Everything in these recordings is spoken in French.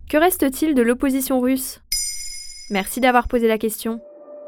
Que reste-t-il de l'opposition russe ? Merci d'avoir posé la question.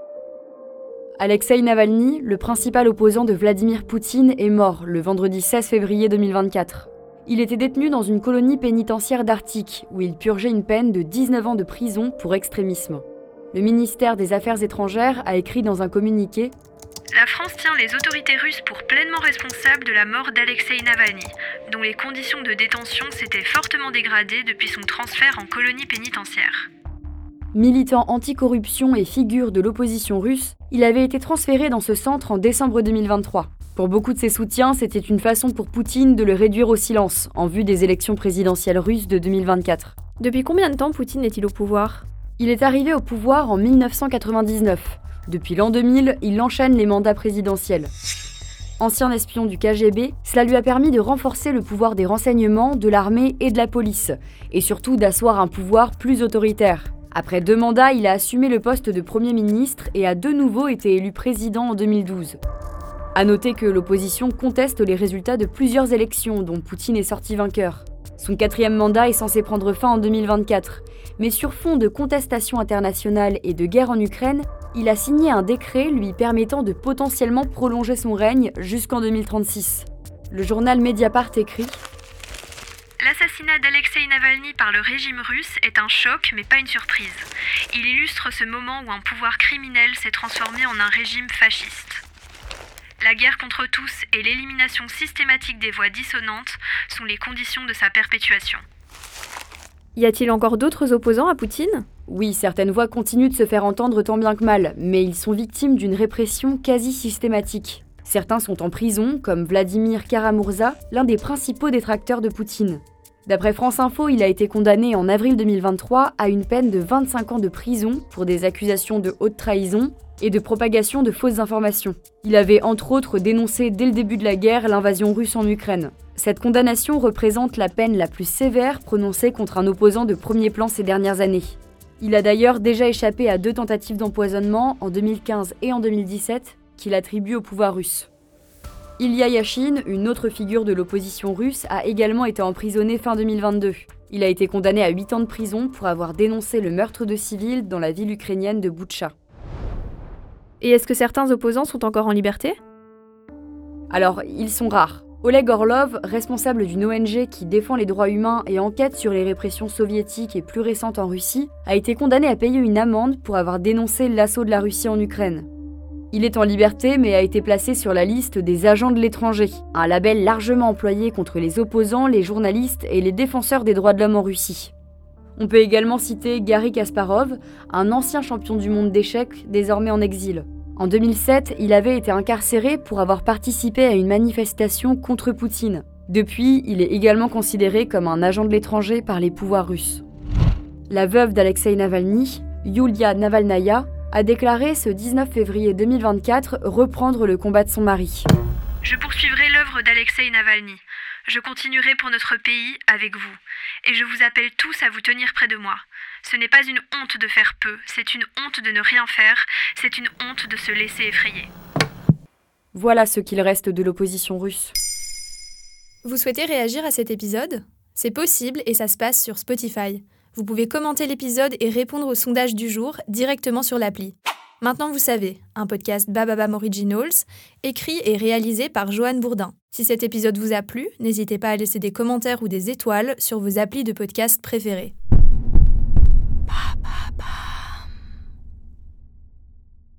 Alexeï Navalny, le principal opposant de Vladimir Poutine, est mort le vendredi 16 février 2024. Il était détenu dans une colonie pénitentiaire d'Arctique, où il purgeait une peine de 19 ans de prison pour extrémisme. Le ministère des Affaires étrangères a écrit dans un communiqué « La France tient les autorités russes pour pleinement responsables de la mort d'Alexeï Navalny, dont les conditions de détention s'étaient fortement dégradées depuis son transfert en colonie pénitentiaire. » Militant anticorruption et figure de l'opposition russe, il avait été transféré dans ce centre en décembre 2023. Pour beaucoup de ses soutiens, c'était une façon pour Poutine de le réduire au silence, en vue des élections présidentielles russes de 2024. Depuis combien de temps Poutine est-il au pouvoir ? Il est arrivé au pouvoir en 1999. Depuis l'an 2000, il enchaîne les mandats présidentiels. Ancien espion du KGB, cela lui a permis de renforcer le pouvoir des renseignements, de l'armée et de la police, et surtout d'asseoir un pouvoir plus autoritaire. Après 2 mandats, il a assumé le poste de Premier ministre et a de nouveau été élu président en 2012. À noter que l'opposition conteste les résultats de plusieurs élections dont Poutine est sorti vainqueur. Son 4e mandat est censé prendre fin en 2024, mais sur fond de contestation internationale et de guerre en Ukraine, il a signé un décret lui permettant de potentiellement prolonger son règne jusqu'en 2036. Le journal Mediapart écrit « L'assassinat d'Alexeï Navalny par le régime russe est un choc, mais pas une surprise. Il illustre ce moment où un pouvoir criminel s'est transformé en un régime fasciste. La guerre contre tous et l'élimination systématique des voix dissonantes sont les conditions de sa perpétuation. » Y a-t-il encore d'autres opposants à Poutine ? Oui, certaines voix continuent de se faire entendre tant bien que mal, mais ils sont victimes d'une répression quasi systématique. Certains sont en prison, comme Vladimir Kara-Murza, l'un des principaux détracteurs de Poutine. D'après France Info, il a été condamné en avril 2023 à une peine de 25 ans de prison pour des accusations de haute trahison et de propagation de fausses informations. Il avait entre autres dénoncé dès le début de la guerre l'invasion russe en Ukraine. Cette condamnation représente la peine la plus sévère prononcée contre un opposant de premier plan ces dernières années. Il a d'ailleurs déjà échappé à 2 tentatives d'empoisonnement en 2015 et en 2017 qu'il attribue au pouvoir russe. Ilya Yashin, une autre figure de l'opposition russe, a également été emprisonné fin 2022. Il a été condamné à 8 ans de prison pour avoir dénoncé le meurtre de civils dans la ville ukrainienne de Boutcha. Et est-ce que certains opposants sont encore en liberté ? Alors, ils sont rares. Oleg Orlov, responsable d'une ONG qui défend les droits humains et enquête sur les répressions soviétiques et plus récentes en Russie, a été condamné à payer une amende pour avoir dénoncé l'assaut de la Russie en Ukraine. Il est en liberté mais a été placé sur la liste des agents de l'étranger, un label largement employé contre les opposants, les journalistes et les défenseurs des droits de l'homme en Russie. On peut également citer Garry Kasparov, un ancien champion du monde d'échecs, désormais en exil. En 2007, il avait été incarcéré pour avoir participé à une manifestation contre Poutine. Depuis, il est également considéré comme un agent de l'étranger par les pouvoirs russes. La veuve d'Alexeï Navalny, Yulia Navalnaya, a déclaré ce 19 février 2024 reprendre le combat de son mari. « Je poursuivrai l'œuvre d'Alexeï Navalny. Je continuerai pour notre pays avec vous. Et je vous appelle tous à vous tenir près de moi. Ce n'est pas une honte de faire peu, c'est une honte de ne rien faire, c'est une honte de se laisser effrayer. » Voilà ce qu'il reste de l'opposition russe. Vous souhaitez réagir à cet épisode ? C'est possible et ça se passe sur Spotify. Vous pouvez commenter l'épisode et répondre au sondage du jour directement sur l'appli. Maintenant vous savez, un podcast Bababam Originals, écrit et réalisé par Joanne Bourdin. Si cet épisode vous a plu, n'hésitez pas à laisser des commentaires ou des étoiles sur vos applis de podcast préférés.